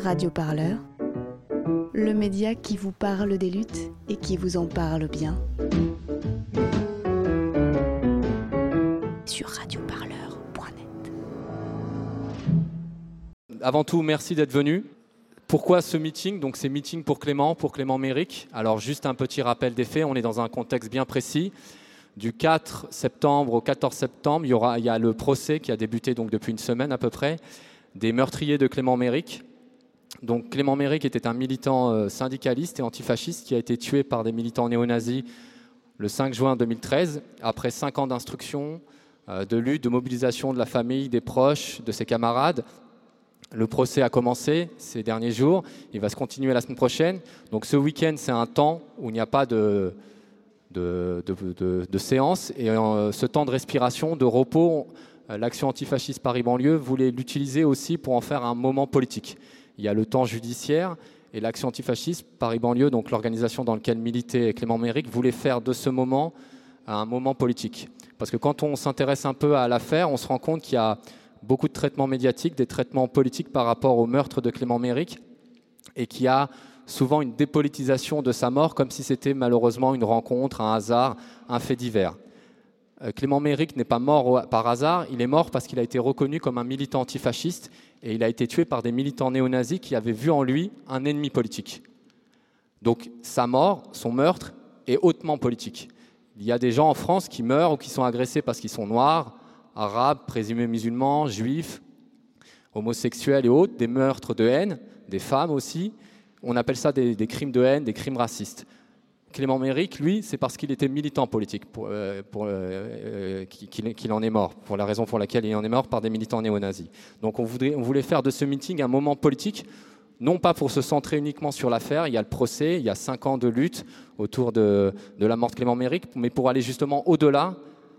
Radio Parleur, le média qui vous parle des luttes et qui vous en parle bien. Sur radioparleur.net. Avant tout, merci d'être venu. Pourquoi ce meeting ? Donc c'est meeting pour Clément Méric. Alors juste un petit rappel des faits, on est dans un contexte bien précis. Du 4 septembre au 14 septembre, il y a le procès qui a débuté donc depuis une semaine à peu près, des meurtriers de Clément Méric. Donc Clément Méric était un militant syndicaliste et antifasciste qui a été tué par des militants néo-nazis le 5 juin 2013, après 5 ans d'instruction, de lutte, de mobilisation de la famille, des proches, de ses camarades. Le procès a commencé ces derniers jours, il va se continuer la semaine prochaine. Donc ce week-end, c'est un temps où il n'y a pas de séance. Et ce temps de respiration, de repos, l'Action antifasciste Paris-Banlieue voulait l'utiliser aussi pour en faire un moment politique. Il y a le temps judiciaire et l'Action antifasciste Paris-Banlieue, donc l'organisation dans laquelle militait Clément Méric, voulait faire de ce moment un moment politique. Parce que quand on s'intéresse un peu à l'affaire, on se rend compte qu'il y a beaucoup de traitements médiatiques, des traitements politiques par rapport au meurtre de Clément Méric, et qu'il y a souvent une dépolitisation de sa mort, comme si c'était malheureusement une rencontre, un hasard, un fait divers. Clément Méric n'est pas mort par hasard, il est mort parce qu'il a été reconnu comme un militant antifasciste et il a été tué par des militants néo-nazis qui avaient vu en lui un ennemi politique. Donc sa mort, son meurtre, est hautement politique. Il y a des gens en France qui meurent ou qui sont agressés parce qu'ils sont noirs, arabes, présumés musulmans, juifs, homosexuels et autres, des meurtres de haine, des femmes aussi. On appelle ça des crimes de haine, des crimes racistes. Clément Méric, lui, c'est parce qu'il était militant politique qu'il en est mort, pour la raison pour laquelle il en est mort par des militants néo-nazis. Donc on voulait faire de ce meeting un moment politique, non pas pour se centrer uniquement sur l'affaire, il y a le procès, il y a 5 ans de lutte autour de la mort de Clément Méric, mais pour aller justement au-delà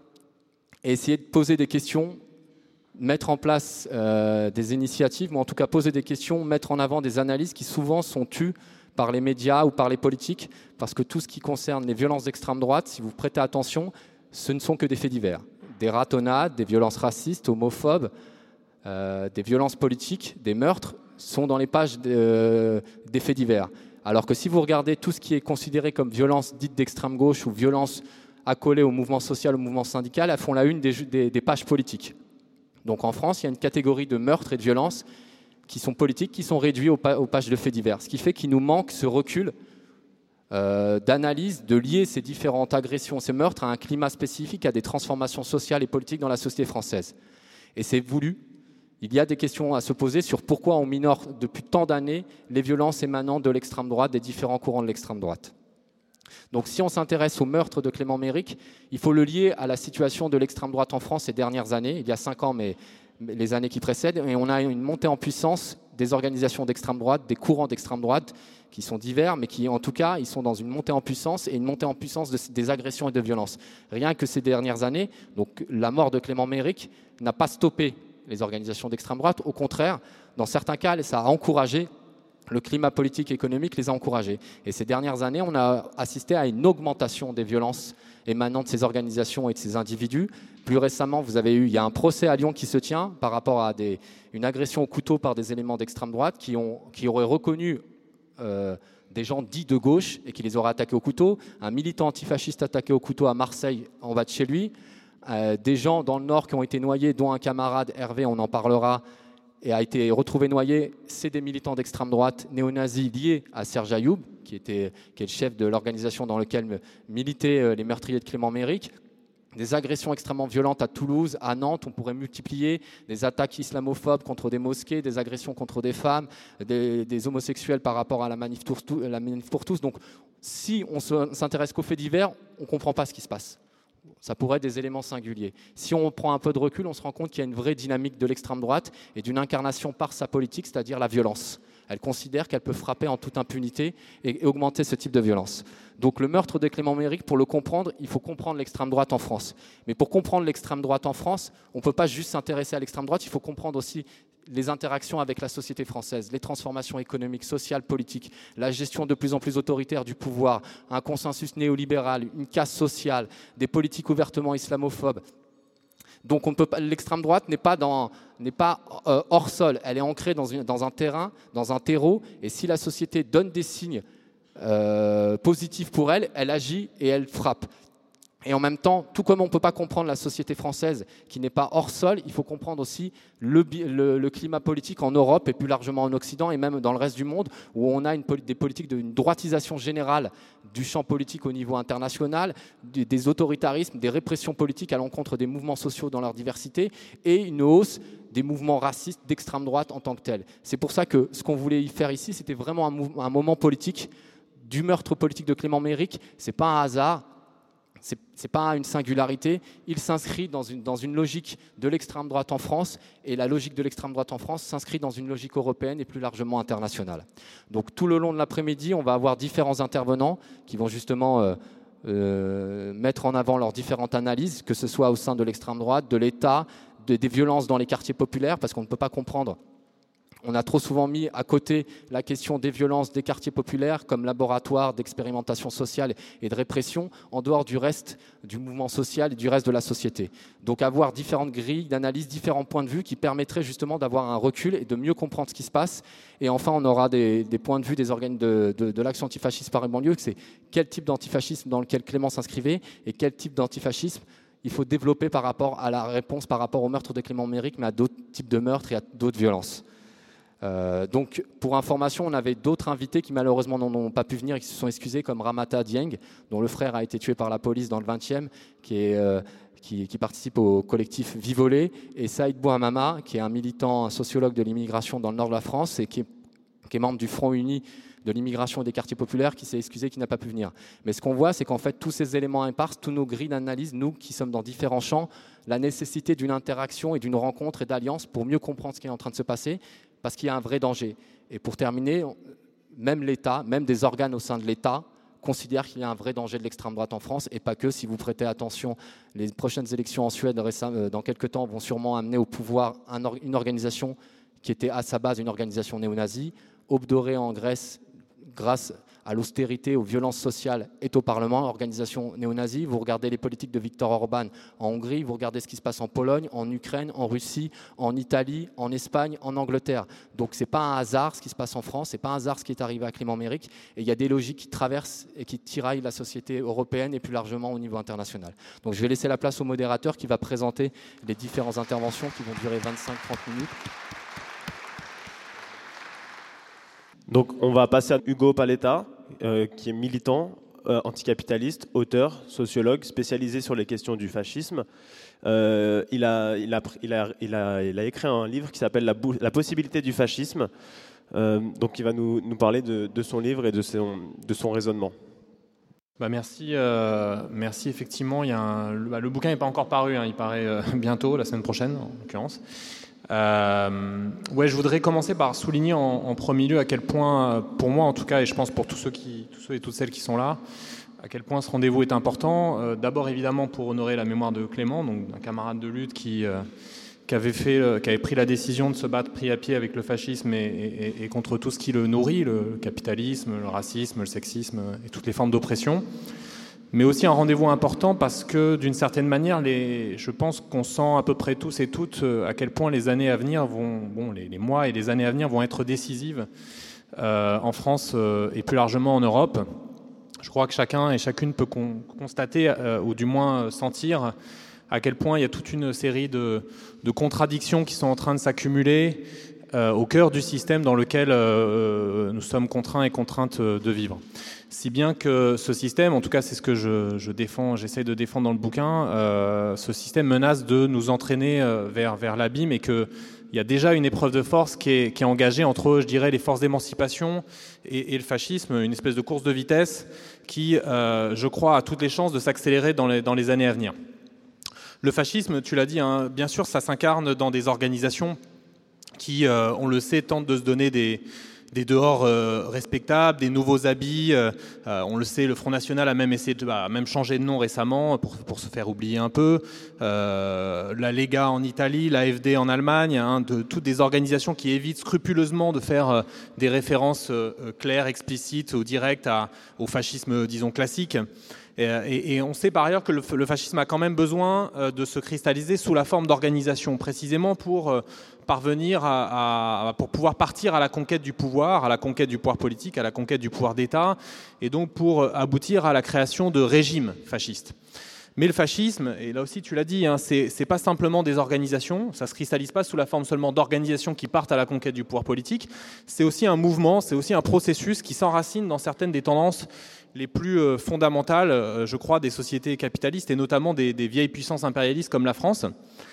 et essayer de poser des questions, mettre en place des initiatives, mais en tout cas poser des questions, mettre en avant des analyses qui souvent sont tues par les médias ou par les politiques, parce que tout ce qui concerne les violences d'extrême droite, si vous prêtez attention, ce ne sont que des faits divers. Des ratonnades, des violences racistes, homophobes, des violences politiques, des meurtres, sont dans les pages des faits divers. Alors que si vous regardez tout ce qui est considéré comme violence dite d'extrême gauche ou violence accolée au mouvement social, au mouvement syndical, elles font la une des pages politiques. Donc en France, il y a une catégorie de meurtres et de violences qui sont politiques, qui sont réduits aux pages de faits divers. Ce qui fait qu'il nous manque ce recul d'analyse, de lier ces différentes agressions, ces meurtres à un climat spécifique, à des transformations sociales et politiques dans la société française. Et c'est voulu. Il y a des questions à se poser sur pourquoi on minore depuis tant d'années les violences émanant de l'extrême droite, des différents courants de l'extrême droite. Donc si on s'intéresse au meurtre de Clément Méric, il faut le lier à la situation de l'extrême droite en France ces dernières années, il y a 5 ans, mais les années qui précèdent, et on a une montée en puissance des organisations d'extrême droite, des courants d'extrême droite, qui sont divers, mais qui en tout cas, ils sont dans une montée en puissance, et une montée en puissance des agressions et de violences. Rien que ces dernières années, donc la mort de Clément Méric n'a pas stoppé les organisations d'extrême droite, au contraire, dans certains cas, ça a encouragé le climat politique et économique les a encouragés. Et ces dernières années, on a assisté à une augmentation des violences émanant de ces organisations et de ces individus. Plus récemment, il y a un procès à Lyon qui se tient par rapport à une agression au couteau par des éléments d'extrême droite qui auraient reconnu des gens dits de gauche et qui les auraient attaqués au couteau. Un militant antifasciste attaqué au couteau à Marseille, en bas de chez lui. Des gens dans le Nord qui ont été noyés, dont un camarade, Hervé, on en parlera, et a été retrouvé noyé, c'est des militants d'extrême droite néo-nazis liés à Serge Ayoub, qui est le chef de l'organisation dans laquelle militaient les meurtriers de Clément Méric. Des agressions extrêmement violentes à Toulouse, à Nantes, on pourrait multiplier des attaques islamophobes contre des mosquées, des agressions contre des femmes, des homosexuels par rapport à la manif pour tous. Donc si on s'intéresse qu'aux faits divers, on ne comprend pas ce qui se passe. Ça pourrait être des éléments singuliers. Si on prend un peu de recul, on se rend compte qu'il y a une vraie dynamique de l'extrême droite et d'une incarnation par sa politique, c'est-à-dire la violence. Elle considère qu'elle peut frapper en toute impunité et augmenter ce type de violence. Donc le meurtre de Clément Méric, pour le comprendre, il faut comprendre l'extrême droite en France. Mais pour comprendre l'extrême droite en France, on ne peut pas juste s'intéresser à l'extrême droite, il faut comprendre aussi les interactions avec la société française, les transformations économiques, sociales, politiques, la gestion de plus en plus autoritaire du pouvoir, un consensus néolibéral, une casse sociale, des politiques ouvertement islamophobes, Donc l'extrême droite n'est pas hors sol, elle est ancrée dans un terrain, dans un terreau, et si la société donne des signes positifs pour elle, elle agit et elle frappe. Et en même temps, tout comme on ne peut pas comprendre la société française qui n'est pas hors sol, il faut comprendre aussi le climat politique en Europe et plus largement en Occident et même dans le reste du monde où on a des politiques d'une droitisation générale du champ politique au niveau international, des autoritarismes, des répressions politiques à l'encontre des mouvements sociaux dans leur diversité et une hausse des mouvements racistes d'extrême droite en tant que tels. C'est pour ça que ce qu'on voulait y faire ici, c'était vraiment un moment politique du meurtre politique de Clément Méric. Ce n'est pas un hasard. Ce n'est pas une singularité, il s'inscrit dans une logique de l'extrême droite en France, et la logique de l'extrême droite en France s'inscrit dans une logique européenne et plus largement internationale. Donc tout le long de l'après-midi, on va avoir différents intervenants qui vont justement mettre en avant leurs différentes analyses, que ce soit au sein de l'extrême droite, de l'État, des violences dans les quartiers populaires, parce qu'on ne peut pas comprendre. On a trop souvent mis à côté la question des violences des quartiers populaires comme laboratoire d'expérimentation sociale et de répression en dehors du reste du mouvement social et du reste de la société. Donc avoir différentes grilles d'analyse, différents points de vue qui permettraient justement d'avoir un recul et de mieux comprendre ce qui se passe. Et enfin, on aura des points de vue des organes de l'action antifasciste Paris-Banlieue, c'est quel type d'antifascisme dans lequel Clément s'inscrivait et quel type d'antifascisme il faut développer par rapport à la réponse par rapport au meurtre de Clément Méric, mais à d'autres types de meurtres et à d'autres violences. Donc, pour information, on avait d'autres invités qui malheureusement n'ont pas pu venir et qui se sont excusés, comme Ramata Dieng, dont le frère a été tué par la police dans le 20e, qui participe au collectif Vivolé, et Saïd Bouhamama, qui est un militant, un sociologue de l'immigration dans le nord de la France et qui est membre du Front Uni de l'immigration et des quartiers populaires, qui s'est excusé, qui n'a pas pu venir. Mais ce qu'on voit, c'est qu'en fait, tous ces éléments épars, tous nos grilles d'analyse, nous qui sommes dans différents champs, la nécessité d'une interaction et d'une rencontre et d'alliance pour mieux comprendre ce qui est en train de se passer, parce qu'il y a un vrai danger. Et pour terminer, même l'État, même des organes au sein de l'État, considèrent qu'il y a un vrai danger de l'extrême droite en France, et pas que. Si vous prêtez attention, les prochaines élections en Suède, dans quelques temps, vont sûrement amener au pouvoir une organisation qui était à sa base une organisation néo-nazie. Aube dorée en Grèce, grâce à l'austérité, aux violences sociales, est au Parlement, organisation néo-nazie. Vous regardez les politiques de Viktor Orban en Hongrie, vous regardez ce qui se passe en Pologne, en Ukraine, en Russie, en Italie, en Espagne, en Angleterre. Donc ce n'est pas un hasard ce qui se passe en France, ce n'est pas un hasard ce qui est arrivé à Clément Méric. Et il y a des logiques qui traversent et qui tiraillent la société européenne et plus largement au niveau international. Donc je vais laisser la place au modérateur qui va présenter les différentes interventions qui vont durer 25-30 minutes. Donc on va passer à Hugo Paletta, qui est militant, anticapitaliste, auteur, sociologue, spécialisé sur les questions du fascisme. Il a écrit un livre qui s'appelle La possibilité du fascisme. Donc il va nous parler de son livre et de son raisonnement. Merci, effectivement. Le bouquin n'est pas encore paru, il paraît bientôt, la semaine prochaine en l'occurrence. Je voudrais commencer par souligner en premier lieu à quel point, pour moi en tout cas, et je pense pour tous ceux et toutes celles qui sont là, à quel point ce rendez-vous est important. D'abord évidemment pour honorer la mémoire de Clément, donc un camarade de lutte qui avait pris la décision de se battre pied à pied avec le fascisme et contre tout ce qui le nourrit, le capitalisme, le racisme, le sexisme et toutes les formes d'oppression. Mais aussi un rendez-vous important parce que, d'une certaine manière, je pense qu'on sent à peu près tous et toutes à quel point les années à venir les mois et les années à venir vont être décisives en France et plus largement en Europe. Je crois que chacun et chacune peut constater, ou du moins sentir, à quel point il y a toute une série de contradictions qui sont en train de s'accumuler au cœur du système dans lequel nous sommes contraints et contraintes de vivre. Si bien que ce système, en tout cas c'est ce que j'essaie de défendre dans le bouquin, ce système menace de nous entraîner vers l'abîme et qu'il y a déjà une épreuve de force qui est engagée entre, je dirais, les forces d'émancipation et le fascisme, une espèce de course de vitesse qui, je crois, a toutes les chances de s'accélérer dans les années à venir. Le fascisme, tu l'as dit, bien sûr, ça s'incarne dans des organisations qui, on le sait, tentent de se donner des dehors respectables, des nouveaux habits. On le sait, le Front National a même essayé même changé de nom récemment pour se faire oublier un peu. La Lega en Italie, l'AfD en Allemagne, toutes des organisations qui évitent scrupuleusement de faire des références claires, explicites ou directes au fascisme, disons, classique. Et on sait par ailleurs que le fascisme a quand même besoin de se cristalliser sous la forme d'organisation, précisément pour parvenir pour pouvoir partir à la conquête du pouvoir politique, à la conquête du pouvoir d'État, et donc pour aboutir à la création de régimes fascistes. Mais le fascisme, et là aussi tu l'as dit, c'est pas simplement des organisations, ça se cristallise pas sous la forme seulement d'organisations qui partent à la conquête du pouvoir politique, c'est aussi un mouvement, c'est aussi un processus qui s'enracine dans certaines des tendances les plus fondamentales, je crois, des sociétés capitalistes et notamment des vieilles puissances impérialistes comme la France.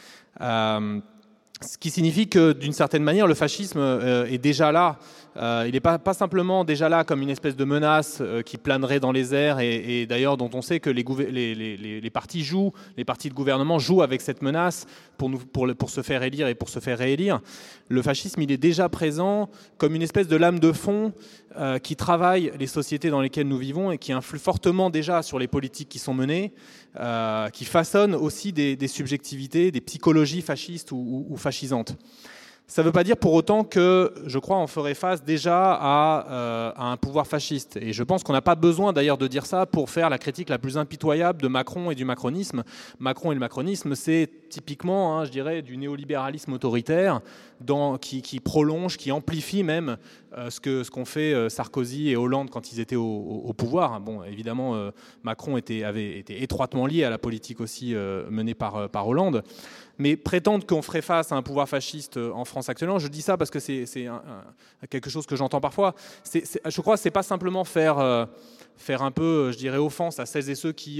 Ce qui signifie que, d'une certaine manière, le fascisme est déjà là. Il n'est pas simplement déjà là comme une espèce de menace qui planerait dans les airs et d'ailleurs dont on sait que les partis de gouvernement jouent avec cette menace pour se faire élire et pour se faire réélire. Le fascisme, il est déjà présent comme une espèce de lame de fond qui travaille les sociétés dans lesquelles nous vivons et qui influe fortement déjà sur les politiques qui sont menées, qui façonne aussi des subjectivités, des psychologies fascistes ou fascisantes. Ça ne veut pas dire pour autant que, je crois, on ferait face déjà à un pouvoir fasciste. Et je pense qu'on n'a pas besoin d'ailleurs de dire ça pour faire la critique la plus impitoyable de Macron et du macronisme. Macron et le macronisme, c'est typiquement, je dirais, du néolibéralisme autoritaire qui prolonge, qui amplifie même ce qu'ont fait Sarkozy et Hollande quand ils étaient au pouvoir. Bon, évidemment, Macron avait été étroitement lié à la politique aussi menée par Hollande. Mais prétendre qu'on ferait face à un pouvoir fasciste en France actuellement, je dis ça parce que c'est quelque chose que j'entends parfois. Je crois que ce n'est pas simplement faire un peu, je dirais, offense à celles et ceux qui,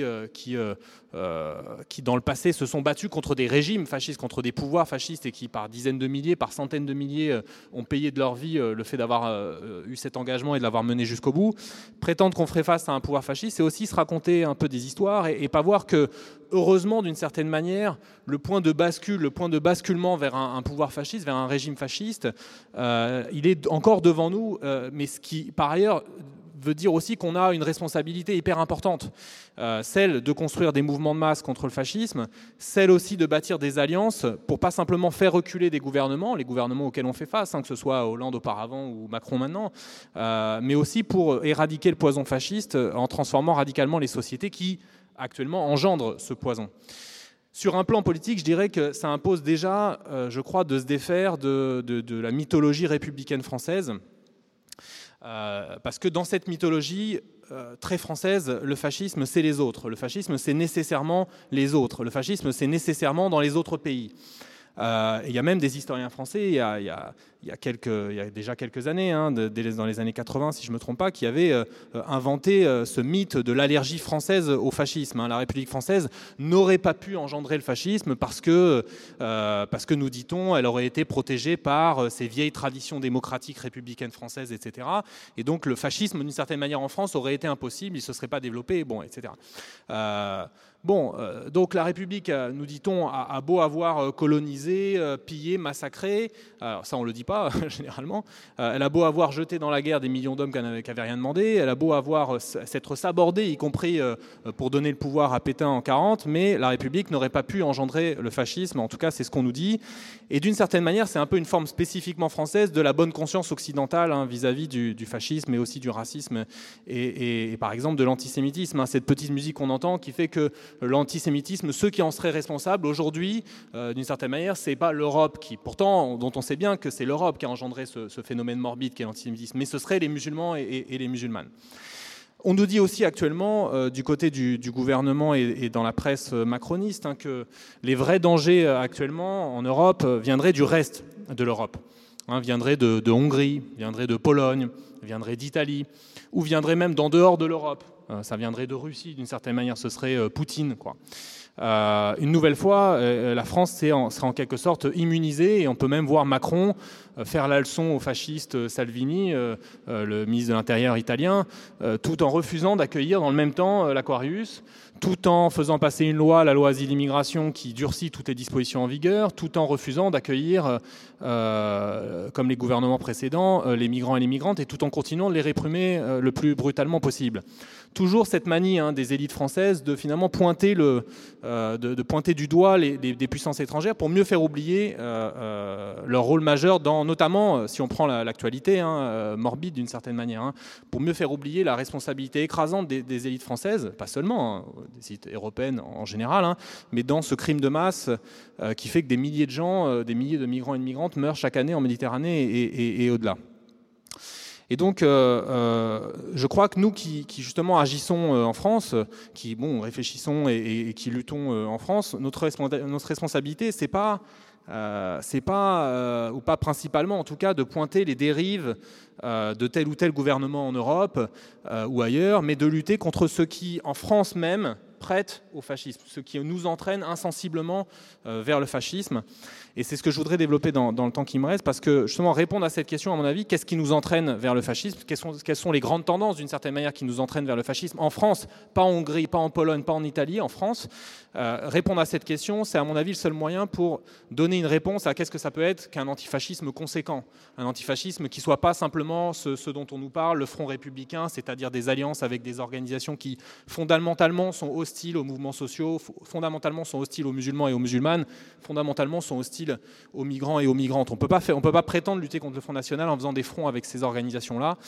dans le passé, se sont battus contre des régimes fascistes, contre des pouvoirs fascistes et qui, par dizaines de milliers, par centaines de milliers, ont payé de leur vie le fait d'avoir eu cet engagement et de l'avoir mené jusqu'au bout. Prétendre qu'on ferait face à un pouvoir fasciste, c'est aussi se raconter un peu des histoires et pas voir que, heureusement, d'une certaine manière, le point de basculement vers un pouvoir fasciste, vers un régime fasciste, il est encore devant nous, mais ce qui, par ailleurs, veut dire aussi qu'on a une responsabilité hyper importante, celle de construire des mouvements de masse contre le fascisme, celle aussi de bâtir des alliances pour pas simplement faire reculer les gouvernements auxquels on fait face, que ce soit Hollande auparavant ou Macron maintenant, mais aussi pour éradiquer le poison fasciste en transformant radicalement les sociétés qui actuellement engendrent ce poison. Sur un plan politique, je dirais que ça impose déjà, je crois, de se défaire de la mythologie républicaine française. Parce que dans cette mythologie très française, le fascisme, c'est les autres. Le fascisme, c'est nécessairement les autres. Le fascisme, c'est nécessairement dans les autres pays. Il y a même des historiens français, il y a déjà quelques années, dans les années 80, si je ne me trompe pas, qui avaient inventé ce mythe de l'allergie française au fascisme. La République française n'aurait pas pu engendrer le fascisme parce que nous dit-on, elle aurait été protégée par ces vieilles traditions démocratiques républicaines françaises, etc. Et donc le fascisme, d'une certaine manière, en France, aurait été impossible, il ne se serait pas développé, etc. Donc la République, nous dit-on, a beau avoir colonisé, pillé, massacré, alors ça on ne le dit pas généralement, elle a beau avoir jeté dans la guerre des millions d'hommes qui n'avaient rien demandé, elle a beau avoir s'être sabordée, y compris pour donner le pouvoir à Pétain en 1940, mais la République n'aurait pas pu engendrer le fascisme, en tout cas c'est ce qu'on nous dit. Et d'une certaine manière, c'est un peu une forme spécifiquement française de la bonne conscience occidentale vis-à-vis du fascisme, mais aussi du racisme et par exemple de l'antisémitisme. Cette petite musique qu'on entend qui fait que l'antisémitisme, ceux qui en seraient responsables aujourd'hui, d'une certaine manière, c'est pas l'Europe dont on sait bien que c'est l'Europe qui a engendré ce phénomène morbide qu'est l'antisémitisme, mais ce seraient les musulmans et les musulmanes. On nous dit aussi actuellement, du côté du gouvernement et dans la presse macroniste, que les vrais dangers actuellement en Europe viendraient du reste de l'Europe. Viendraient de Hongrie, viendraient de Pologne, viendraient d'Italie, ou viendraient même d'en dehors de l'Europe. Ça viendrait de Russie, d'une certaine manière, ce serait Poutine, quoi. Une nouvelle fois, la France sera en quelque sorte immunisée et on peut même voir Macron faire la leçon au fasciste Salvini, le ministre de l'Intérieur italien, tout en refusant d'accueillir dans le même temps l'Aquarius, tout en faisant passer une loi, la loi Asile-Immigration, qui durcit toutes les dispositions en vigueur, tout en refusant d'accueillir, comme les gouvernements précédents, les migrants et les migrantes, et tout en continuant de les réprimer le plus brutalement possible. toujours cette manie des élites françaises de finalement pointer, de pointer du doigt des puissances étrangères pour mieux faire oublier leur rôle majeur dans, notamment, si on prend l'actualité morbide d'une certaine manière, pour mieux faire oublier la responsabilité écrasante des élites françaises, pas seulement, des élites européennes en général, mais dans ce crime de masse qui fait que des milliers de gens, des milliers de migrants et de migrantes meurent chaque année en Méditerranée et au-delà. Et donc, je crois que nous qui justement agissons en France, qui réfléchissons et qui luttons en France, notre responsabilité, c'est pas ou pas principalement en tout cas, de pointer les dérives de tel ou tel gouvernement en Europe ou ailleurs, mais de lutter contre ceux qui, en France même, prêtent au fascisme, ce qui nous entraîne insensiblement vers le fascisme. Et c'est ce que je voudrais développer dans le temps qui me reste, parce que justement répondre à cette question, à mon avis, qu'est-ce qui nous entraîne vers le fascisme ? Quelles sont les grandes tendances, d'une certaine manière, qui nous entraînent vers le fascisme en France, pas en Hongrie, pas en Pologne, pas en Italie, en France. Répondre à cette question, c'est à mon avis le seul moyen pour donner une réponse à qu'est-ce que ça peut être qu'un antifascisme conséquent. Un antifascisme qui ne soit pas simplement ce dont on nous parle, le Front républicain, c'est-à-dire des alliances avec des organisations qui fondamentalement sont hostiles aux mouvements sociaux, fondamentalement sont hostiles aux musulmans et aux musulmanes, fondamentalement sont hostiles aux migrants et aux migrantes. On ne peut pas prétendre lutter contre le Front National en faisant des fronts avec ces organisations-là.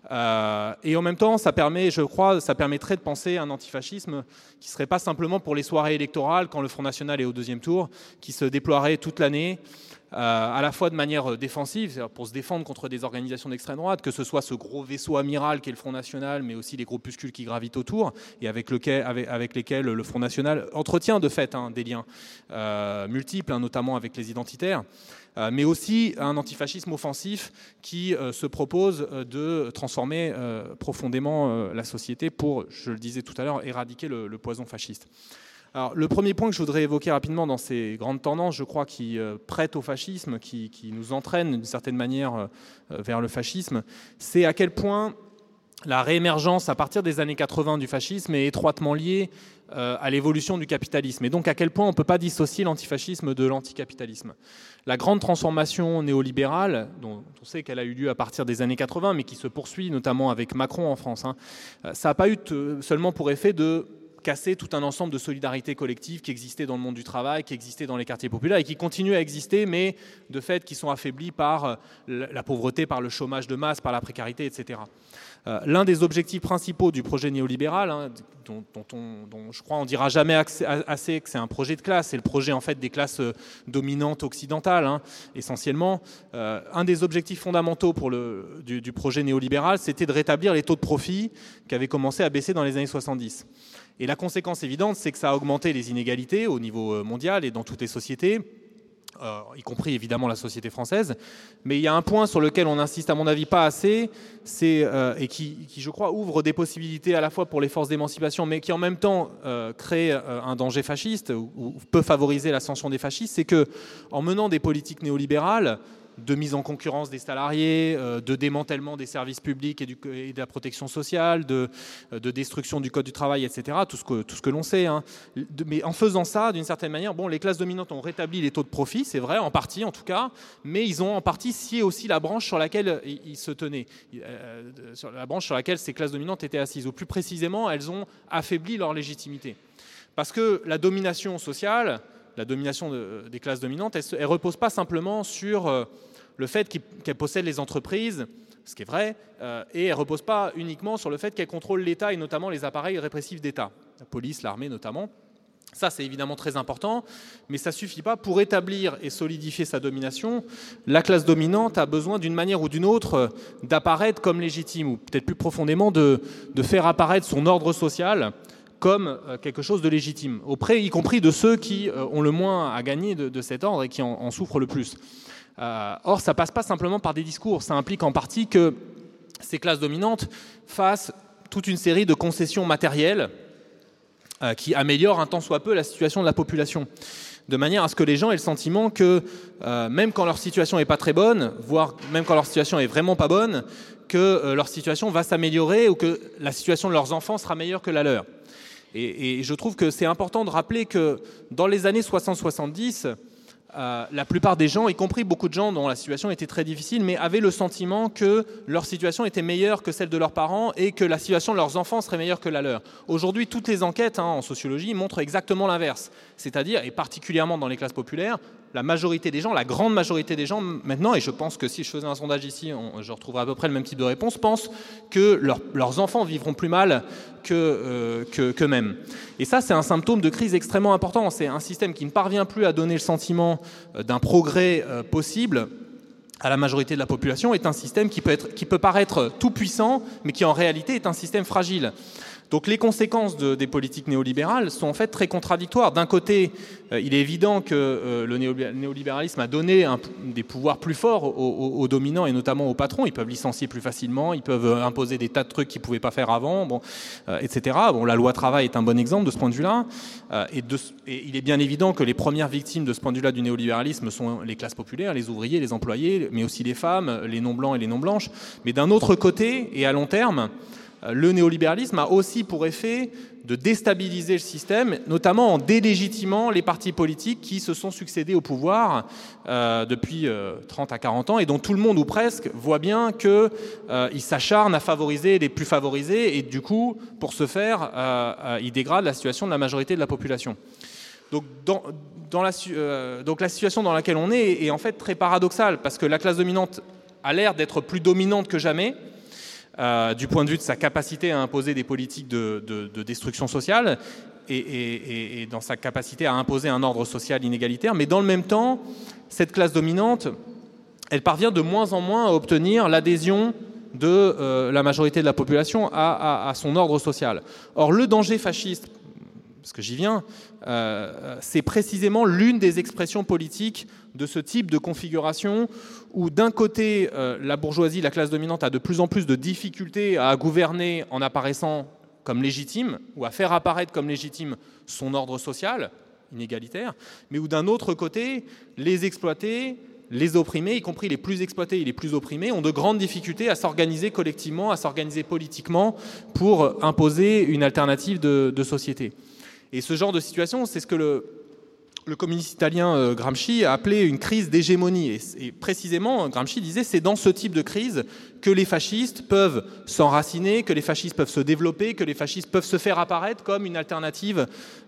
Et en même temps, ça permettrait de penser un antifascisme qui ne serait pas simplement pour les soirées électorales, quand le Front National est au deuxième tour, qui se déploierait toute l'année, à la fois de manière défensive, c'est-à-dire pour se défendre contre des organisations d'extrême droite, que ce soit ce gros vaisseau amiral qu'est le Front National, mais aussi les groupuscules qui gravitent autour, et avec lesquels le Front National entretient de fait des liens multiples, notamment avec les identitaires, mais aussi un antifascisme offensif qui se propose de transformer profondément la société pour, je le disais tout à l'heure, éradiquer le poison fasciste. Alors, le premier point que je voudrais évoquer rapidement dans ces grandes tendances, je crois, qui prêtent au fascisme, qui nous entraînent d'une certaine manière vers le fascisme, c'est à quel point la réémergence à partir des années 80 du fascisme est étroitement liée à l'évolution du capitalisme. Et donc à quel point on ne peut pas dissocier l'antifascisme de l'anticapitalisme. La grande transformation néolibérale, dont on sait qu'elle a eu lieu à partir des années 80, mais qui se poursuit notamment avec Macron en France, ça n'a pas eu seulement pour effet de casser tout un ensemble de solidarités collectives qui existaient dans le monde du travail, qui existaient dans les quartiers populaires et qui continuent à exister, mais de fait qui sont affaiblis par la pauvreté, par le chômage de masse, par la précarité, etc. L'un des objectifs principaux du projet néolibéral, dont je crois on ne dira jamais assez que c'est un projet de classe, c'est le projet en fait des classes dominantes occidentales, essentiellement. Un des objectifs fondamentaux du projet néolibéral, c'était de rétablir les taux de profit qui avaient commencé à baisser dans les années 70. Et la conséquence évidente, c'est que ça a augmenté les inégalités au niveau mondial et dans toutes les sociétés, y compris évidemment la société française. Mais il y a un point sur lequel on insiste à mon avis pas assez, et qui je crois ouvre des possibilités à la fois pour les forces d'émancipation, mais qui en même temps crée un danger fasciste ou peut favoriser l'ascension des fascistes, c'est que en menant des politiques néolibérales, de mise en concurrence des salariés, de démantèlement des services publics et de la protection sociale, de destruction du code du travail, etc., tout ce que l'on sait. Mais en faisant ça, d'une certaine manière, les classes dominantes ont rétabli les taux de profit, c'est vrai, en partie en tout cas, mais ils ont en partie scié aussi la branche sur laquelle ils se tenaient, sur la branche sur laquelle ces classes dominantes étaient assises. Ou plus précisément, elles ont affaibli leur légitimité. Parce que la domination sociale, la domination des classes dominantes, elle ne repose pas simplement sur le fait qu'elles possèdent les entreprises, ce qui est vrai, et elle ne repose pas uniquement sur le fait qu'elles contrôlent l'État et notamment les appareils répressifs d'État, la police, l'armée notamment. Ça, c'est évidemment très important, mais ça ne suffit pas. Pour établir et solidifier sa domination, la classe dominante a besoin d'une manière ou d'une autre d'apparaître comme légitime, ou peut-être plus profondément de faire apparaître son ordre social comme quelque chose de légitime, auprès y compris de ceux qui ont le moins à gagner de cet ordre et qui en souffrent le plus. Or, ça ne passe pas simplement par des discours, ça implique en partie que ces classes dominantes fassent toute une série de concessions matérielles qui améliorent un tant soit peu la situation de la population, de manière à ce que les gens aient le sentiment que même quand leur situation n'est pas très bonne, voire même quand leur situation est vraiment pas bonne, que leur situation va s'améliorer ou que la situation de leurs enfants sera meilleure que la leur. Et je trouve que c'est important de rappeler que dans les années 60-70, la plupart des gens, y compris beaucoup de gens dont la situation était très difficile, mais avaient le sentiment que leur situation était meilleure que celle de leurs parents et que la situation de leurs enfants serait meilleure que la leur. Aujourd'hui, toutes les enquêtes en sociologie montrent exactement l'inverse. C'est-à-dire, et particulièrement dans les classes populaires, la majorité des gens, la grande majorité des gens maintenant, et je pense que si je faisais un sondage ici, je retrouverais à peu près le même type de réponse, pensent que leurs enfants vivront plus mal qu'eux-mêmes. Et ça, c'est un symptôme de crise extrêmement important. C'est un système qui ne parvient plus à donner le sentiment d'un progrès possible à la majorité de la population, est un système qui peut paraître tout puissant, mais qui en réalité est un système fragile. Donc les conséquences des politiques néolibérales sont en fait très contradictoires. D'un côté, il est évident que le néolibéralisme a donné des pouvoirs plus forts aux dominants et notamment aux patrons. Ils peuvent licencier plus facilement, ils peuvent imposer des tas de trucs qu'ils ne pouvaient pas faire avant, etc. La loi travail est un bon exemple de ce point de vue-là. Et il est bien évident que les premières victimes de ce point de vue-là du néolibéralisme sont les classes populaires, les ouvriers, les employés, mais aussi les femmes, les non-blancs et les non-blanches. Mais d'un autre côté, et à long terme, le néolibéralisme a aussi pour effet de déstabiliser le système, notamment en délégitimant les partis politiques qui se sont succédés au pouvoir depuis 30 à 40 ans et dont tout le monde, ou presque, voit bien qu'ils s'acharnent à favoriser les plus favorisés et du coup, pour ce faire, ils dégradent la situation de la majorité de la population. Donc, donc la situation dans laquelle on est en fait très paradoxale, parce que la classe dominante a l'air d'être plus dominante que jamais, du point de vue de sa capacité à imposer des politiques de destruction sociale et dans sa capacité à imposer un ordre social inégalitaire. Mais dans le même temps, cette classe dominante, elle parvient de moins en moins à obtenir l'adhésion de la majorité de la population à son ordre social. Or, le danger fasciste, parce que j'y viens, c'est précisément l'une des expressions politiques de ce type de configuration où d'un côté, la bourgeoisie, la classe dominante a de plus en plus de difficultés à gouverner en apparaissant comme légitime ou à faire apparaître comme légitime son ordre social inégalitaire, mais où d'un autre côté, les exploités, les opprimés, y compris les plus exploités et les plus opprimés, ont de grandes difficultés à s'organiser collectivement, à s'organiser politiquement pour imposer une alternative de société. Et ce genre de situation, c'est ce que le communiste italien Gramsci a appelé une crise d'hégémonie. Et précisément, Gramsci disait, c'est dans ce type de crise que les fascistes peuvent s'enraciner, que les fascistes peuvent se développer, que les fascistes peuvent se faire apparaître comme une alternative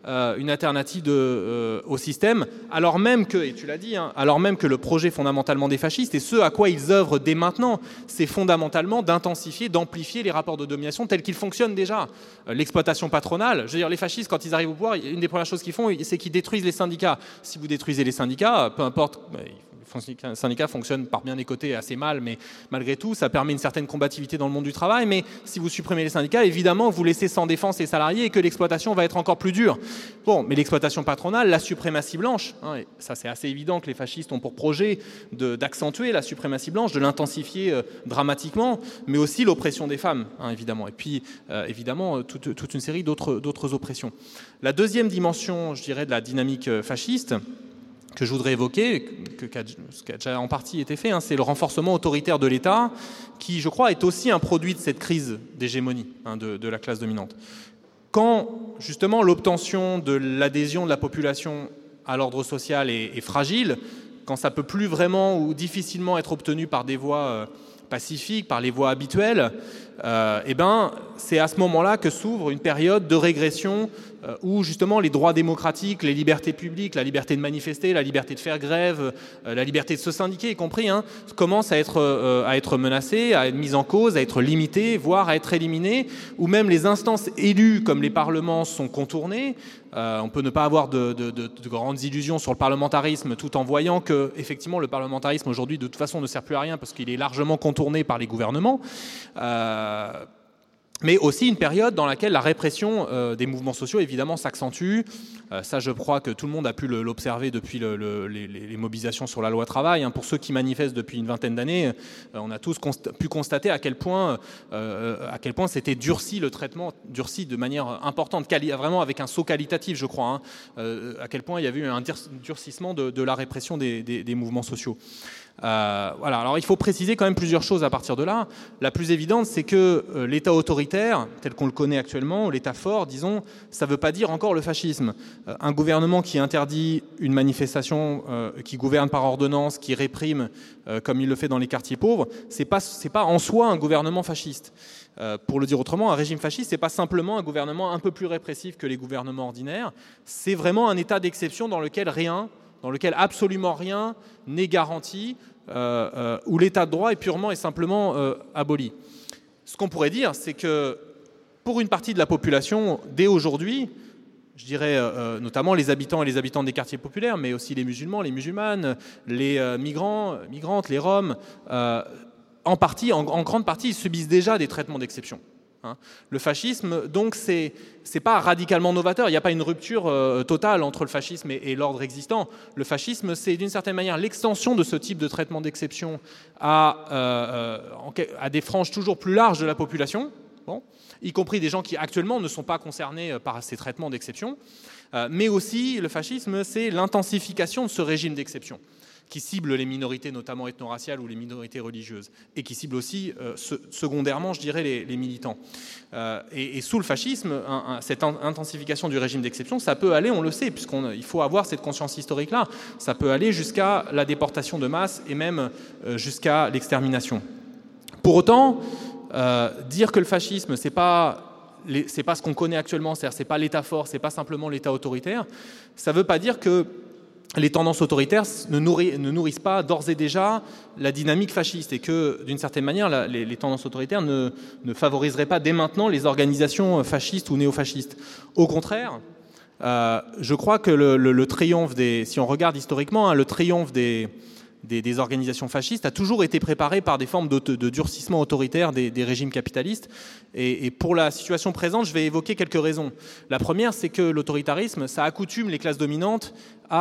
au système, alors même que, et tu l'as dit, alors même que le projet fondamentalement des fascistes, et ce à quoi ils œuvrent dès maintenant, c'est fondamentalement d'intensifier, d'amplifier les rapports de domination tels qu'ils fonctionnent déjà. L'exploitation patronale, je veux dire, les fascistes, quand ils arrivent au pouvoir, une des premières choses qu'ils font, c'est qu'ils détruisent les syndicats. Si vous détruisez les syndicats, peu importe... Les syndicats fonctionnent par bien des côtés assez mal, mais malgré tout, ça permet une certaine combativité dans le monde du travail. Mais si vous supprimez les syndicats, évidemment, vous laissez sans défense les salariés et que l'exploitation va être encore plus dure. Bon, mais l'exploitation patronale, la suprématie blanche, et ça c'est assez évident que les fascistes ont pour projet d'accentuer la suprématie blanche, de l'intensifier dramatiquement, mais aussi l'oppression des femmes, évidemment. Et puis, évidemment, toute une série d'autres oppressions. La deuxième dimension, je dirais, de la dynamique fasciste, que je voudrais évoquer, ce qui a déjà en partie été fait, c'est le renforcement autoritaire de l'État, qui, je crois, est aussi un produit de cette crise d'hégémonie de la classe dominante. Quand, justement, l'obtention de l'adhésion de la population à l'ordre social est fragile, quand ça ne peut plus vraiment ou difficilement être obtenu par des voies pacifiques, par les voies habituelles, c'est à ce moment-là que s'ouvre une période de régression où justement les droits démocratiques, les libertés publiques, la liberté de manifester, la liberté de faire grève, la liberté de se syndiquer y compris, commencent à être menacées, à être mises en cause, à être limitées, voire à être éliminées, où même les instances élues comme les parlements sont contournées. On peut ne pas avoir de grandes illusions sur le parlementarisme tout en voyant que effectivement le parlementarisme aujourd'hui de toute façon ne sert plus à rien parce qu'il est largement contourné par les gouvernements. Mais aussi une période dans laquelle la répression des mouvements sociaux, évidemment, s'accentue. Ça, je crois que tout le monde a pu l'observer depuis les mobilisations sur la loi travail. Pour ceux qui manifestent depuis une vingtaine d'années, on a tous pu constater à quel point c'était durci, le traitement, durci de manière importante, vraiment avec un saut qualitatif, je crois, à quel point il y avait eu un durcissement de la répression des mouvements sociaux. Voilà. Alors il faut préciser quand même plusieurs choses à partir de là. La plus évidente, c'est que l'État autoritaire, tel qu'on le connaît actuellement, l'État fort, disons, ça ne veut pas dire encore le fascisme. Un gouvernement qui interdit une manifestation, qui gouverne par ordonnance, qui réprime comme il le fait dans les quartiers pauvres, c'est pas en soi un gouvernement fasciste. Pour le dire autrement, un régime fasciste, c'est pas simplement un gouvernement un peu plus répressif que les gouvernements ordinaires, c'est vraiment un état d'exception dans lequel absolument rien n'est garanti, où l'état de droit est purement et simplement aboli. Ce qu'on pourrait dire, c'est que pour une partie de la population, dès aujourd'hui, je dirais notamment les habitants et les habitantes des quartiers populaires, mais aussi les musulmans, les musulmanes, les migrants, migrantes, les Roms, en grande partie, ils subissent déjà des traitements d'exception. Le fascisme, donc, c'est pas radicalement novateur. Il n'y a pas une rupture totale entre le fascisme et l'ordre existant. Le fascisme, c'est d'une certaine manière l'extension de ce type de traitement d'exception à des franges toujours plus larges de la population, y compris des gens qui actuellement ne sont pas concernés par ces traitements d'exception. Mais aussi, le fascisme, c'est l'intensification de ce régime d'exception, qui cible les minorités, notamment ethno-raciales ou les minorités religieuses, et qui cible aussi, secondairement, je dirais, les militants. Et sous le fascisme, cette intensification du régime d'exception, ça peut aller, on le sait, puisqu'il faut avoir cette conscience historique-là, ça peut aller jusqu'à la déportation de masse et même jusqu'à l'extermination. Pour autant, dire que le fascisme, c'est pas ce qu'on connaît actuellement, c'est-à-dire c'est pas l'État fort, c'est pas simplement l'État autoritaire, ça veut pas dire que les tendances autoritaires ne nourrissent pas d'ores et déjà la dynamique fasciste et que, d'une certaine manière, les tendances autoritaires ne favoriseraient pas dès maintenant les organisations fascistes ou néofascistes. Au contraire, je crois que le triomphe si on regarde historiquement, le triomphe des organisations fascistes a toujours été préparé par des formes de durcissement autoritaire des régimes capitalistes. Et pour la situation présente, je vais évoquer quelques raisons. La première, c'est que l'autoritarisme, ça accoutume les classes dominantes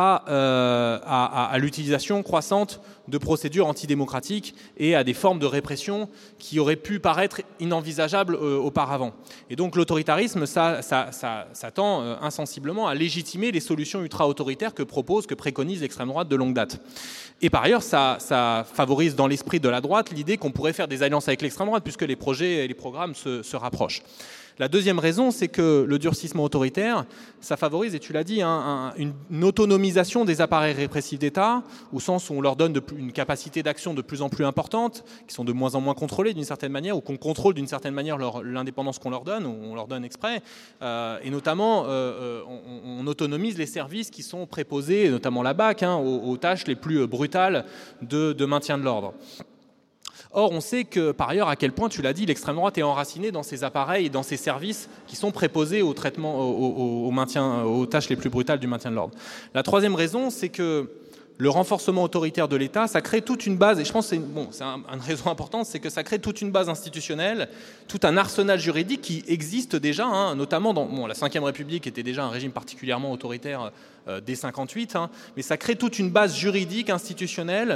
à l'utilisation croissante de procédures antidémocratiques et à des formes de répression qui auraient pu paraître inenvisageables auparavant. Et donc l'autoritarisme, ça tend insensiblement à légitimer les solutions ultra-autoritaires que préconise l'extrême droite de longue date. Et par ailleurs, ça favorise dans l'esprit de la droite l'idée qu'on pourrait faire des alliances avec l'extrême droite puisque les projets et les programmes se rapprochent. La deuxième raison, c'est que le durcissement autoritaire, ça favorise, et tu l'as dit, une autonomisation des appareils répressifs d'État, au sens où on leur donne une capacité d'action de plus en plus importante, qui sont de moins en moins contrôlées d'une certaine manière, ou qu'on contrôle d'une certaine manière l'indépendance qu'on leur donne, ou on leur donne exprès. Et notamment, on autonomise les services qui sont préposés, notamment la BAC, aux tâches les plus brutales de maintien de l'ordre. Or, on sait que, par ailleurs, à quel point, tu l'as dit, l'extrême droite est enracinée dans ces appareils et dans ces services qui sont préposés au traitement, aux tâches les plus brutales du maintien de l'ordre. La troisième raison, c'est que le renforcement autoritaire de l'État, ça crée toute une base, et je pense que c'est une raison importante, c'est que ça crée toute une base institutionnelle, tout un arsenal juridique qui existe déjà, notamment dans la Ve République était déjà un régime particulièrement autoritaire dès 1958, mais ça crée toute une base juridique, institutionnelle,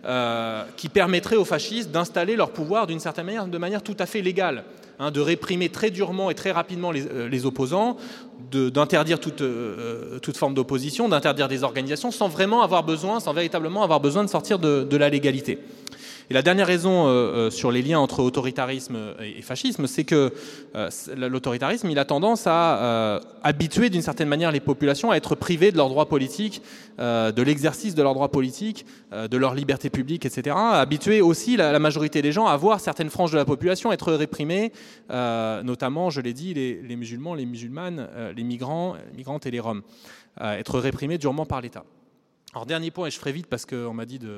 qui permettrait aux fascistes d'installer leur pouvoir d'une certaine manière, de manière tout à fait légale, de réprimer très durement et très rapidement les opposants, d'interdire toute forme d'opposition, d'interdire des organisations sans véritablement avoir besoin de sortir de la légalité. Et la dernière raison sur les liens entre autoritarisme et fascisme, c'est que l'autoritarisme, il a tendance à habituer d'une certaine manière les populations à être privées de leurs droits politiques, de l'exercice de leurs droits politiques, de leur liberté publique, etc. À habituer aussi la majorité des gens à voir certaines franges de la population être réprimées, notamment, je l'ai dit, les musulmans, les musulmanes, les migrants, les migrantes et les Roms, être réprimés durement par l'État. Alors, dernier point, et je ferai vite parce qu'on m'a dit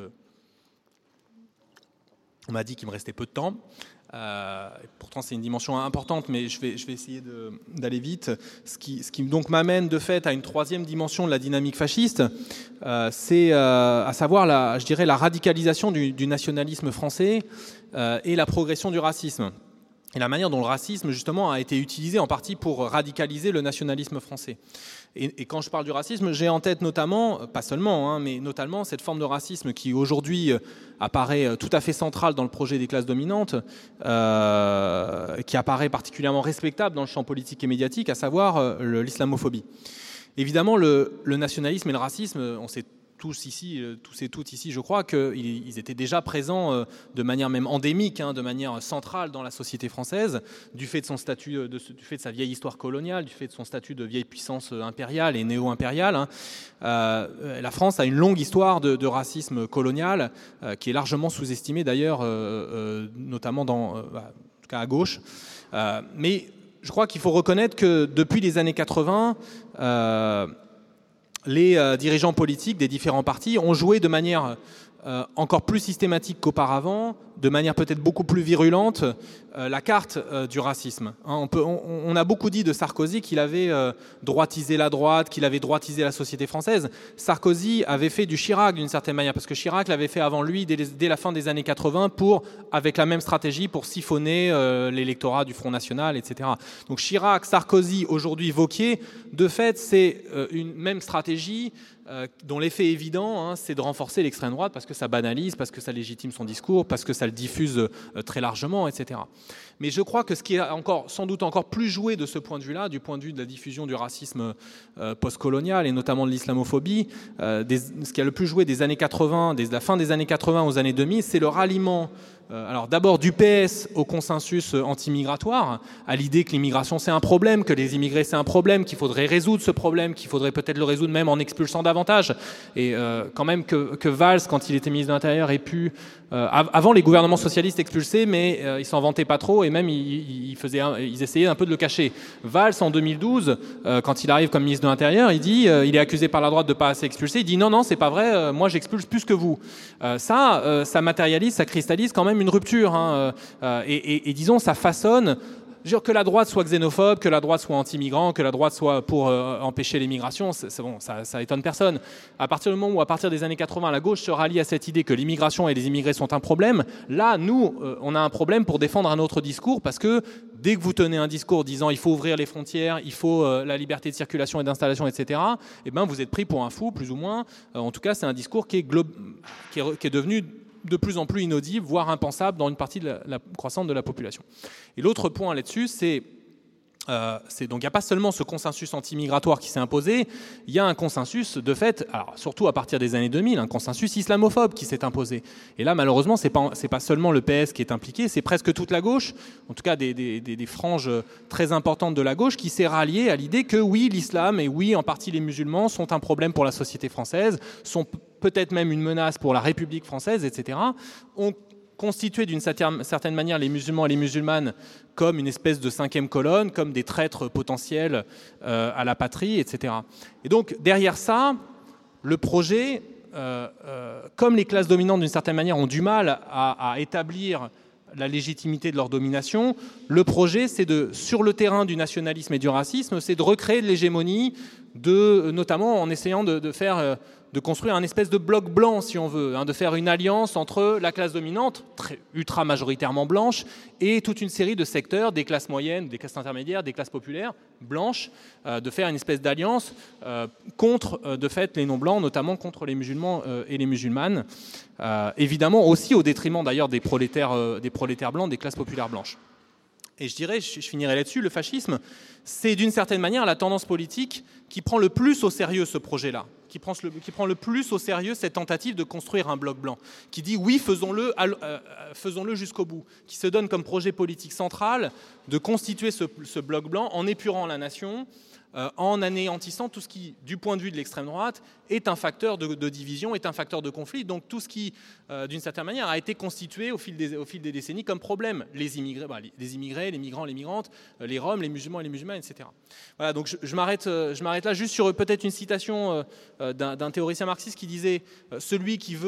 qu'il me restait peu de temps. Pourtant, c'est une dimension importante, mais je vais essayer d'aller vite. Ce qui donc m'amène de fait à une troisième dimension de la dynamique fasciste, c'est à savoir la radicalisation du nationalisme français et la progression du racisme. Et la manière dont le racisme, justement, a été utilisé en partie pour radicaliser le nationalisme français. Et quand je parle du racisme, j'ai en tête notamment, pas seulement, mais notamment cette forme de racisme qui aujourd'hui apparaît tout à fait centrale dans le projet des classes dominantes, qui apparaît particulièrement respectable dans le champ politique et médiatique, à savoir l'islamophobie. Évidemment, le nationalisme et le racisme, on sait tous et toutes ici, je crois, qu'ils étaient déjà présents de manière même endémique, de manière centrale dans la société française, du fait de son statut, du fait de sa vieille histoire coloniale, du fait de son statut de vieille puissance impériale et néo-impériale. La France a une longue histoire de racisme colonial qui est largement sous-estimée d'ailleurs, notamment en tout cas à gauche. Mais je crois qu'il faut reconnaître que depuis les années 80, les dirigeants politiques des différents partis ont joué de manière encore plus systématique qu'auparavant, de manière peut-être beaucoup plus virulente, la carte du racisme. On a beaucoup dit de Sarkozy qu'il avait droitisé la droite, qu'il avait droitisé la société française. Sarkozy avait fait du Chirac d'une certaine manière, parce que Chirac l'avait fait avant lui dès la fin des années 80 avec la même stratégie pour siphonner l'électorat du Front National, etc. Donc Chirac, Sarkozy, aujourd'hui Wauquiez, de fait c'est une même stratégie dont l'effet évident, c'est de renforcer l'extrême droite parce que ça banalise, parce que ça légitime son discours, parce que ça le diffuse très largement, etc. Mais je crois que ce qui est sans doute encore plus joué de ce point de vue-là, du point de vue de la diffusion du racisme postcolonial et notamment de l'islamophobie, ce qui a le plus joué des années 80, de la fin des années 80 aux années 2000, c'est le ralliement alors d'abord du PS au consensus anti-migratoire, à l'idée que l'immigration c'est un problème, que les immigrés c'est un problème, qu'il faudrait résoudre ce problème, qu'il faudrait peut-être le résoudre même en expulsant davantage. Et quand même que Valls, quand il était ministre de l'Intérieur, ait pu... avant les gouvernements socialistes expulsaient, mais ils s'en vantaient pas trop et même ils essayaient un peu de le cacher. Valls en 2012, quand il arrive comme ministre de l'Intérieur, il dit, il est accusé par la droite de pas assez expulser, il dit non, c'est pas vrai, moi j'expulse plus que vous. Ça matérialise, ça cristallise quand même une rupture, et disons ça façonne que la droite soit xénophobe, que la droite soit anti-migrant, que la droite soit pour empêcher l'immigration, c'est bon, ça étonne personne. À partir du moment où, à partir des années 80, la gauche se rallie à cette idée que l'immigration et les immigrés sont un problème, là, nous, on a un problème pour défendre un autre discours, parce que dès que vous tenez un discours disant il faut ouvrir les frontières, il faut la liberté de circulation et d'installation, etc., eh ben, vous êtes pris pour un fou, plus ou moins. En tout cas, c'est un discours qui est devenu de plus en plus inaudible, voire impensable dans une partie de la croissante de la population. Et l'autre point là-dessus, c'est donc il n'y a pas seulement ce consensus anti-migratoire qui s'est imposé, il y a un consensus de fait, alors surtout à partir des années 2000, un consensus islamophobe qui s'est imposé. Et là, malheureusement, c'est pas seulement le PS qui est impliqué, c'est presque toute la gauche, en tout cas des franges très importantes de la gauche, qui s'est ralliée à l'idée que oui, l'islam et oui, en partie les musulmans sont un problème pour la société française, sont peut-être même une menace pour la République française, etc. On constitué d'une certaine manière les musulmans et les musulmanes comme une espèce de cinquième colonne, comme des traîtres potentiels à la patrie, etc. Et donc, derrière ça, le projet, comme les classes dominantes, d'une certaine manière, ont du mal à établir la légitimité de leur domination, le projet, c'est sur le terrain du nationalisme et du racisme, c'est de recréer de l'hégémonie, notamment en essayant de construire un espèce de bloc blanc, si on veut, de faire une alliance entre la classe dominante, ultra majoritairement blanche, et toute une série de secteurs, des classes moyennes, des classes intermédiaires, des classes populaires, blanches, de faire une espèce d'alliance contre, de fait, les non-blancs, notamment contre les musulmans et les musulmanes, évidemment aussi au détriment d'ailleurs des prolétaires blancs, des classes populaires blanches. Et je finirai là-dessus, le fascisme, c'est d'une certaine manière la tendance politique qui prend le plus au sérieux ce projet-là, qui prend le plus au sérieux cette tentative de construire un bloc blanc, qui dit oui, faisons-le jusqu'au bout, qui se donne comme projet politique central de constituer ce bloc blanc en épurant la nation, en anéantissant tout ce qui, du point de vue de l'extrême droite, est un facteur de division, est un facteur de conflit. Donc tout ce qui, d'une certaine manière, a été constitué au fil des décennies comme problème. Les immigrés, les migrants, les migrantes, les Roms, les musulmans et les musulmanes, etc. Voilà, donc je m'arrête là juste sur peut-être une citation d'un théoricien marxiste qui disait celui qui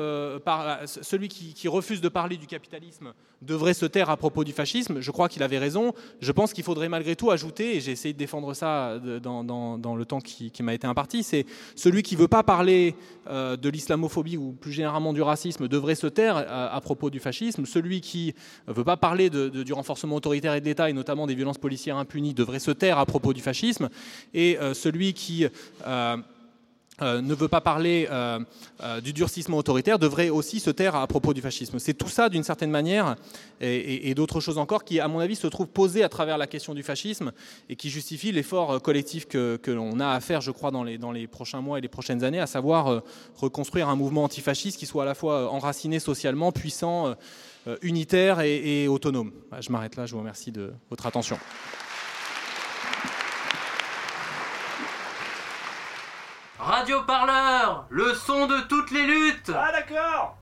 refuse de parler du capitalisme devrait se taire à propos du fascisme. Je crois qu'il avait raison. Je pense qu'il faudrait malgré tout ajouter, et j'ai essayé de défendre ça dans le temps qui m'a été imparti, c'est celui qui ne veut pas parler de l'islamophobie ou plus généralement du racisme devrait se taire à propos du fascisme. Celui qui ne veut pas parler du renforcement autoritaire et de l'État et notamment des violences policières impunies devrait se taire à propos du fascisme. Et celui qui ne veut pas parler du durcissement autoritaire devrait aussi se taire à propos du fascisme. C'est tout ça, d'une certaine manière, et d'autres choses encore, qui, à mon avis, se trouvent posées à travers la question du fascisme et qui justifient l'effort collectif que l'on a à faire, je crois, dans les prochains mois et les prochaines années, à savoir reconstruire un mouvement antifasciste qui soit à la fois enraciné socialement, puissant, unitaire et autonome. Je m'arrête là, je vous remercie de votre attention. Radio Parleur, le son de toutes les luttes. Ah d'accord.